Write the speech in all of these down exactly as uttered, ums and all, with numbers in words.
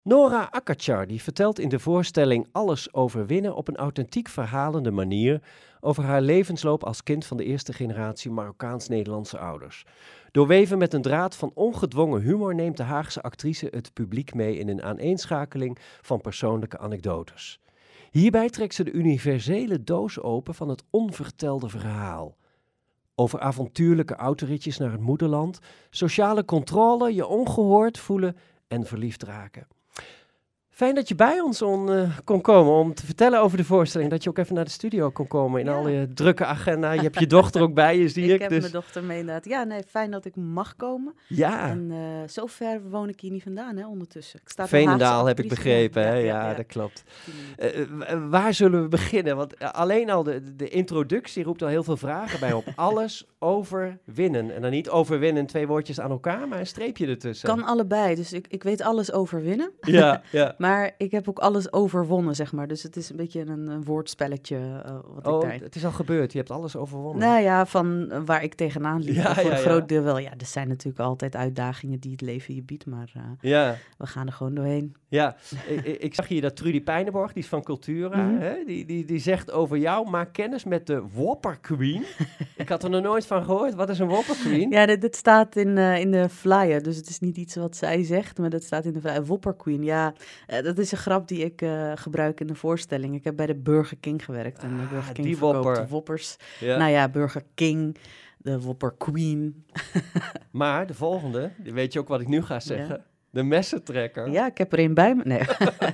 Nora Akkaçar die vertelt in de voorstelling Alles overwinnen op een authentiek verhalende manier over haar levensloop als kind van de eerste generatie Marokkaans-Nederlandse ouders. Doorweven met een draad van ongedwongen humor neemt de Haagse actrice het publiek mee in een aaneenschakeling van persoonlijke anekdotes. Hierbij trekt ze de universele doos open van het onvertelde verhaal. Over avontuurlijke autoritjes naar het moederland, sociale controle, je ongehoord voelen en verliefd raken. Fijn dat je bij ons on, uh, kon komen om te vertellen over de voorstelling. Dat je ook even naar de studio kon komen in Ja. al je drukke agenda. Je hebt je dochter ook bij je, zie ik. Ik heb dus... mijn dochter mee inderdaad. Ja, nee, fijn dat ik mag komen. Ja, En uh, zo ver woon ik hier niet vandaan, hè, ondertussen. Ik sta Veenendaal heb ik begrepen. Hè? Ja, ja, ja, dat klopt. Uh, uh, waar zullen we beginnen? Want uh, alleen al de, de introductie roept al heel veel vragen bij op. Alles overwinnen. En dan niet overwinnen twee woordjes aan elkaar, maar een streepje ertussen. Kan allebei, dus ik, ik weet alles overwinnen. Ja, ja. Maar ik heb ook alles overwonnen, zeg maar. Dus het is een beetje een, een woordspelletje uh, wat Oh, ik daar... het is al gebeurd. Je hebt alles overwonnen. Nou ja, van uh, waar ik tegenaan liep. Ja, voor ja, een ja. groot deel wel. Ja, er zijn natuurlijk altijd uitdagingen die het leven je biedt. Maar uh, Ja. we gaan er gewoon doorheen. Ja, ik, ik zag hier dat Trudy Pijnenborg, die is van Cultura, Mm-hmm. hè? Die, die, die zegt over jou, maak kennis met de Whopper Queen. Ik had er nog nooit van gehoord. Wat is een Whopper Queen? Ja, dit, dit staat in, uh, in de flyer. Dus het is niet iets wat zij zegt, maar dat staat in de flyer. Whopper Queen, ja. Uh, dat is een grap die ik uh, gebruik in de voorstelling. Ik heb bij de Burger King gewerkt. En de Burger Ah, King die verkoopt Whopper. Whoppers. Ja. Nou ja, Burger King, de Whopper Queen. Maar de volgende, die weet je ook wat ik nu ga zeggen. Ja. De messentrekker. Ja, ik heb er een bij me. Nee.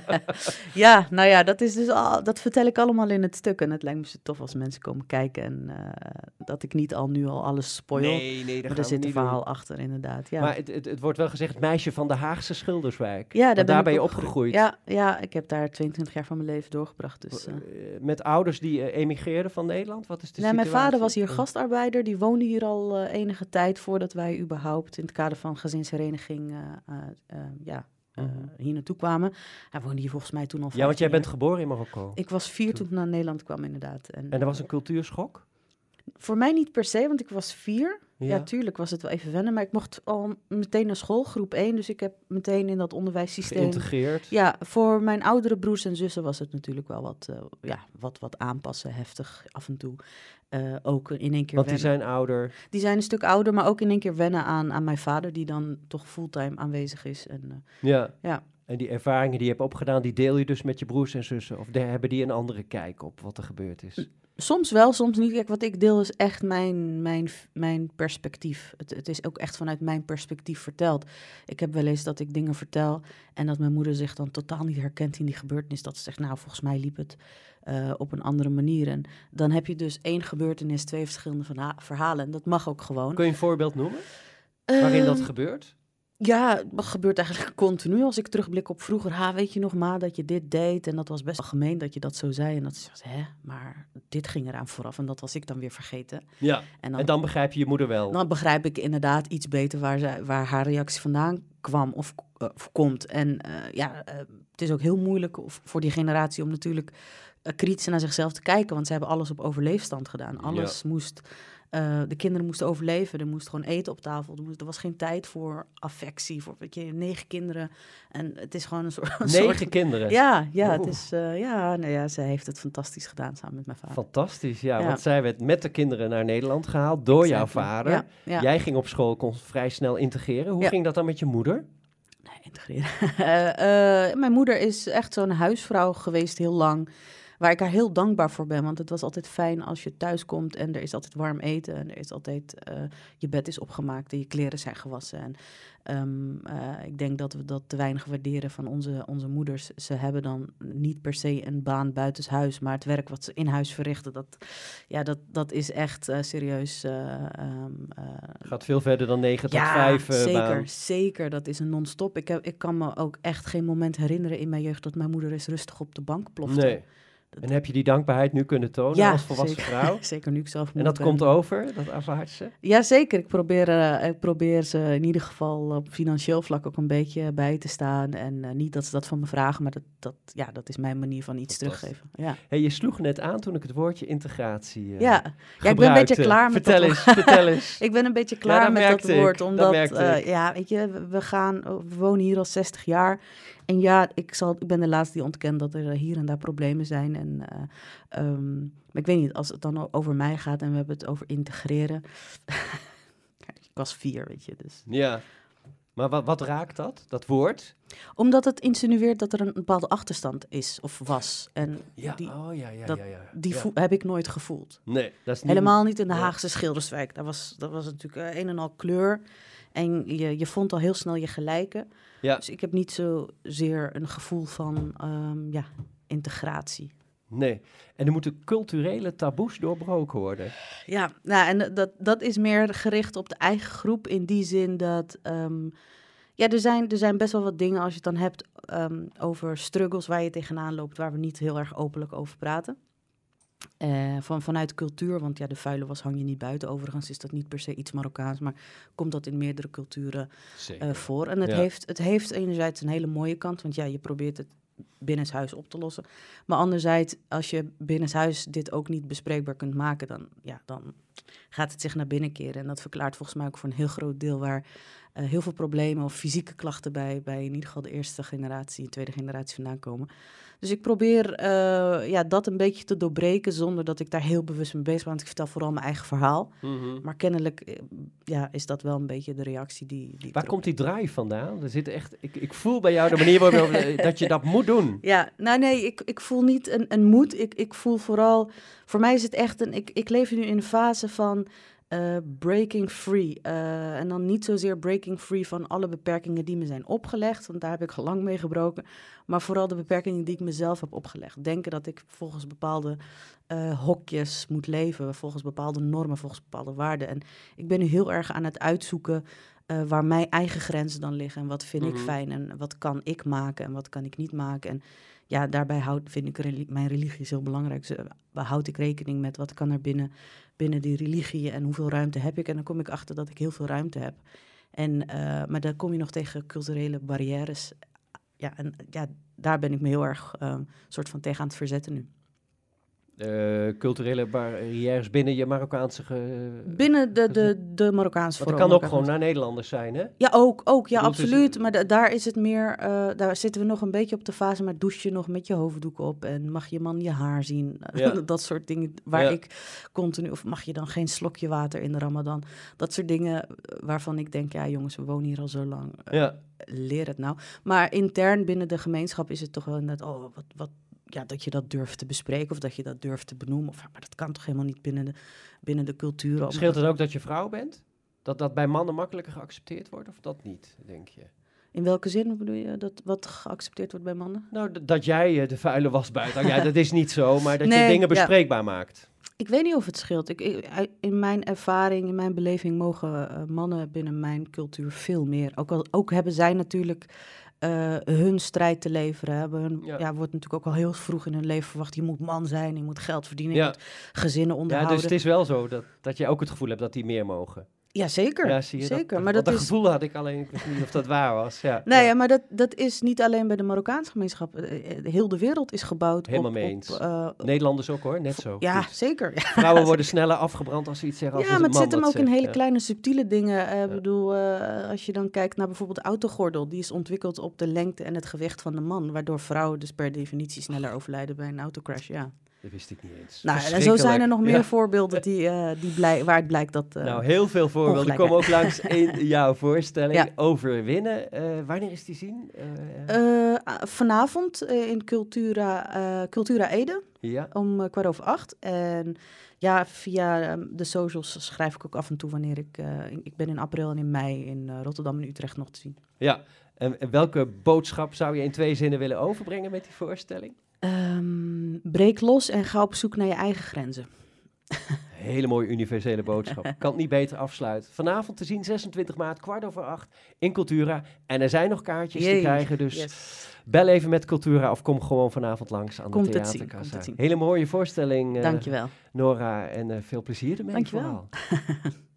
Ja, nou ja, dat is dus al, dat vertel ik allemaal in het stuk. En het lijkt me zo tof als mensen komen kijken. En uh, dat ik niet al nu al alles spoil. Nee, nee, dat maar gaan er we zit een niet verhaal doen. achter, inderdaad. Ja. Maar het, het, het wordt wel gezegd, het meisje van de Haagse Schilderswijk. Ja, daar Want ben, daar ik ben je opgegroeid. opgegroeid. Ja, ja, ik heb daar tweeëntwintig jaar van mijn leven doorgebracht. Dus, uh. Uh, Met ouders die uh, emigreerden van Nederland? Wat is de nee, situatie? mijn vader was hier Uh. gastarbeider. Die woonde hier al uh, enige tijd voordat wij überhaupt in het kader van gezinshereniging uh, uh, uh, ja, uh, hier naartoe kwamen. Hij woonde hier volgens mij toen al Ja, want jij jaar. bent geboren in Marokko. Ik was vier toen ik naar Nederland kwam, inderdaad. En, En er was een cultuurschok? Voor mij niet per se, want ik was vier. Ja. Ja, tuurlijk was het wel even wennen. Maar ik mocht al meteen naar school, groep één. Dus ik heb meteen in dat onderwijssysteem... Geïntegreerd. Ja, voor mijn oudere broers en zussen was het natuurlijk wel wat, uh, ja, wat, wat aanpassen, heftig af en toe. Uh, ook in één keer Want die wennen. zijn ouder. Die zijn een stuk ouder, maar ook in één keer wennen aan, aan mijn vader... die dan toch fulltime aanwezig is. En, uh, Ja. ja. En die ervaringen die je hebt opgedaan, die deel je dus met je broers en zussen? Of de, hebben die een andere kijk op wat er gebeurd is? Soms wel, soms niet. Kijk, wat ik deel is echt mijn, mijn, mijn perspectief. Het, het is ook echt vanuit mijn perspectief verteld. Ik heb wel eens dat ik dingen vertel en dat mijn moeder zich dan totaal niet herkent in die gebeurtenis. Dat ze zegt, nou, volgens mij liep het uh, op een andere manier. En dan heb je dus één gebeurtenis, twee verschillende verha- verhalen. En dat mag ook gewoon. Kun je een voorbeeld noemen waarin Uh, dat gebeurt? Ja, het gebeurt eigenlijk continu. Als ik terugblik op vroeger, ha, weet je nog maar dat je dit deed en dat was best wel gemeen dat je dat zo zei. En dat is, hè, maar dit ging eraan vooraf en dat was ik dan weer vergeten. Ja, En dan, en dan begrijp je je moeder wel. dan begrijp ik inderdaad iets beter waar, zij, waar haar reactie vandaan kwam of, uh, of komt. En uh, ja, uh, het is ook heel moeilijk voor die generatie om natuurlijk uh, kritisch naar zichzelf te kijken, want ze hebben alles op overleefstand gedaan. Alles Ja. moest... Uh, de kinderen moesten overleven, er moest gewoon eten op tafel. Er, moest, er was geen tijd voor affectie, voor weet je, negen kinderen. En het is gewoon een soort... Een Negen soort, kinderen? Ja, ja, Oeh. het is, uh, ja, nou ja, zij heeft het fantastisch gedaan samen met mijn vader. Fantastisch, ja, Ja. want zij werd met de kinderen naar Nederland gehaald door Exactly. jouw vader. Ja, ja. Jij ging op school, kon vrij snel integreren. Hoe Ja. ging dat dan met je moeder? Nee, integreren. uh, uh, mijn moeder is echt zo'n huisvrouw geweest heel lang, waar ik haar heel dankbaar voor ben. Want het was altijd fijn als je thuis komt en er is altijd warm eten. En er is altijd, uh, je bed is opgemaakt en je kleren zijn gewassen. En um, uh, ik denk dat we dat te weinig waarderen van onze, onze moeders. Ze hebben dan niet per se een baan buitenshuis, maar het werk wat ze in huis verrichten, dat, ja, dat, dat is echt uh, serieus. Uh, um, uh, Gaat veel verder dan negen tot ja, vijf uh, zeker, baan. zeker. Dat is een non-stop. Ik, heb, ik kan me ook echt geen moment herinneren in mijn jeugd dat mijn moeder eens rustig op de bank plofte. Nee. En heb je die dankbaarheid nu kunnen tonen Ja, als volwassen zeker. vrouw? Zeker nu ik zelf En moeder dat ben. komt over, dat ervaart ze? Ja, zeker. Ik probeer, uh, ik probeer ze in ieder geval op financieel vlak ook een beetje bij te staan. En uh, niet dat ze dat van me vragen, maar dat, dat, ja, dat is mijn manier van iets teruggeven. Ja, Hey, je sloeg net aan toen ik het woordje integratie uh, ja. ja ik ben een beetje klaar met vertel dat eens, vertel eens. Ik ben een beetje Ja, klaar dat met dat merkte ik. woord, Dat omdat merkte uh, ik. ja, weet je, we gaan, we wonen hier al zestig jaar. En ja, ik, zal, ik ben de laatste die ontkent dat er hier en daar problemen zijn. En, uh, um, maar ik weet niet, als het dan over mij gaat en we hebben het over integreren. Ik was vier, weet je, dus... Ja, maar wat, wat raakt dat, dat woord? Omdat het insinueert dat er een bepaalde achterstand is of was. En Ja, die, oh, ja, ja, dat, ja, ja. die ja. voel, heb ik nooit gevoeld. Nee, dat is niet... Helemaal niet in de ja. Haagse Schilderswijk. Daar was, dat was natuurlijk uh, een en al kleur. En je, je vond al heel snel je gelijken. Ja. Dus ik heb niet zozeer een gevoel van um, ja, integratie. Nee, en er moeten culturele taboes doorbroken worden. Ja, nou, en dat, dat is meer gericht op de eigen groep in die zin dat... Um, ja, er zijn, er zijn best wel wat dingen als je het dan hebt um, over struggles waar je tegenaan loopt... waar we niet heel erg openlijk over praten. Uh, van, vanuit cultuur, want ja, de vuile was hang je niet buiten. Overigens is dat niet per se iets Marokkaans, maar komt dat in meerdere culturen uh, voor. En het, ja. heeft, het heeft enerzijds een hele mooie kant, want ja, je probeert het binnenshuis op te lossen. Maar anderzijds, als je binnenshuis dit ook niet bespreekbaar kunt maken, dan, ja, dan gaat het zich naar binnen keren. En dat verklaart volgens mij ook voor een heel groot deel waar uh, heel veel problemen of fysieke klachten bij, bij in ieder geval de eerste generatie, tweede generatie vandaan komen. Dus ik probeer uh, ja, dat een beetje te doorbreken zonder dat ik daar heel bewust mee bezig ben. Want ik vertel vooral mijn eigen verhaal. Mm-hmm. Maar kennelijk ja, is dat wel een beetje de reactie die... die Waar komt die drive vandaan? Er zit echt, ik, ik voel bij jou de manier waarop dat je dat moet doen. Ja, nou nee, ik, ik voel niet een, een moed. Ik, ik voel vooral... Voor mij is het echt een... Ik, ik leef nu in een fase van... Uh, breaking free. Uh, en dan niet zozeer breaking free van alle beperkingen die me zijn opgelegd, want daar heb ik al lang mee gebroken, maar vooral de beperkingen die ik mezelf heb opgelegd. Denken dat ik volgens bepaalde uh, hokjes moet leven, volgens bepaalde normen, volgens bepaalde waarden. En ik ben nu heel erg aan het uitzoeken uh, waar mijn eigen grenzen dan liggen en wat vind mm-hmm. ik fijn en wat kan ik maken en wat kan ik niet maken. En ja, daarbij houd, vind ik reli- mijn religie is heel belangrijk. Dus, uh, houd ik rekening met wat kan er binnen, binnen die religie en hoeveel ruimte heb ik. En dan kom ik achter dat ik heel veel ruimte heb. En, uh, maar dan kom je nog tegen culturele barrières. Ja, en ja, daar ben ik me heel erg uh, soort van tegen aan het verzetten nu. Uh, culturele barrières binnen je Marokkaanse... Ge... Binnen de, de, de Marokkaanse vorm. Dat kan ook gewoon naar Nederlanders zijn, hè? Ja, ook. ook ja, absoluut. Is... Maar da- daar is het meer... Uh, daar zitten we nog een beetje op de fase... maar douche je nog met je hoofddoek op... en mag je man je haar zien? Ja. Dat soort dingen waar ja. ik continu... of mag je dan geen slokje water in de Ramadan? Dat soort dingen waarvan ik denk... ja, jongens, we wonen hier al zo lang. Uh, ja. Leer het nou. Maar intern binnen de gemeenschap is het toch wel inderdaad... oh, wat... wat ja, dat je dat durft te bespreken of dat je dat durft te benoemen. Of, maar dat kan toch helemaal niet binnen de, binnen de cultuur. Scheelt het ook dat je vrouw bent? Dat dat bij mannen makkelijker geaccepteerd wordt of dat niet, denk je? In welke zin bedoel je dat wat geaccepteerd wordt bij mannen? Nou, d- dat jij uh, de vuile was buiten. Ja, dat is niet zo, maar dat nee, je dingen bespreekbaar ja. maakt. Ik weet niet of het scheelt. Ik, ik, in mijn ervaring, in mijn beleving mogen uh, mannen binnen mijn cultuur veel meer. Ook, al, ook hebben zij natuurlijk... Uh, hun strijd te leveren. Hebben hun, ja. ja, wordt natuurlijk ook al heel vroeg in hun leven verwacht. Je moet man zijn, je moet geld verdienen, ja. je moet gezinnen onderhouden. Ja, dus het is wel zo dat, dat je ook het gevoel hebt dat die meer mogen. Ja, zeker. Ja, zie je zeker. Dat, maar dat, dat dat is... gevoel had ik alleen, ik wist niet of dat waar was. Ja, nee, ja. Ja, maar dat, dat is niet alleen bij de Marokkaanse gemeenschap. Heel de wereld is gebouwd Helemaal op... mee eens. Op, uh, Nederlanders ook hoor, net zo. Ja, goed. zeker. Ja. Vrouwen worden sneller afgebrand als ze iets zeggen als ja, een maar man het zit hem ook zegt. in hele ja. kleine subtiele dingen. Ik uh, ja. bedoel, uh, als je dan kijkt naar bijvoorbeeld de autogordel. Die is ontwikkeld op de lengte en het gewicht van de man. Waardoor vrouwen dus per definitie sneller overlijden bij een autocrash, ja. Dat wist ik niet eens. Nou, en zo zijn er nog meer ja. voorbeelden die, uh, die blij, waar het blijkt dat... Uh, nou, heel veel voorbeelden komen ook langs in jouw voorstelling. Ja. Overwinnen. Uh, wanneer is die zien? Uh, uh, vanavond uh, in Cultura, uh, Cultura Ede. Ja. Om uh, kwart over acht. En ja, via um, de socials schrijf ik ook af en toe wanneer ik... Uh, ik ben in april en in mei in uh, Rotterdam en Utrecht nog te zien. Ja, en, en welke boodschap zou je in twee zinnen willen overbrengen met die voorstelling? Um, breek los en ga op zoek naar je eigen grenzen. Hele mooie universele boodschap. Kan het niet beter afsluiten. Vanavond te zien, zesentwintig maart, kwart over acht, in Cultura. En er zijn nog kaartjes Jee, te krijgen, dus yes. bel even met Cultura of kom gewoon vanavond langs aan Komt de theaterkassa. Hele mooie voorstelling, uh, Dankjewel. Nora, en uh, veel plezier ermee. Dankjewel.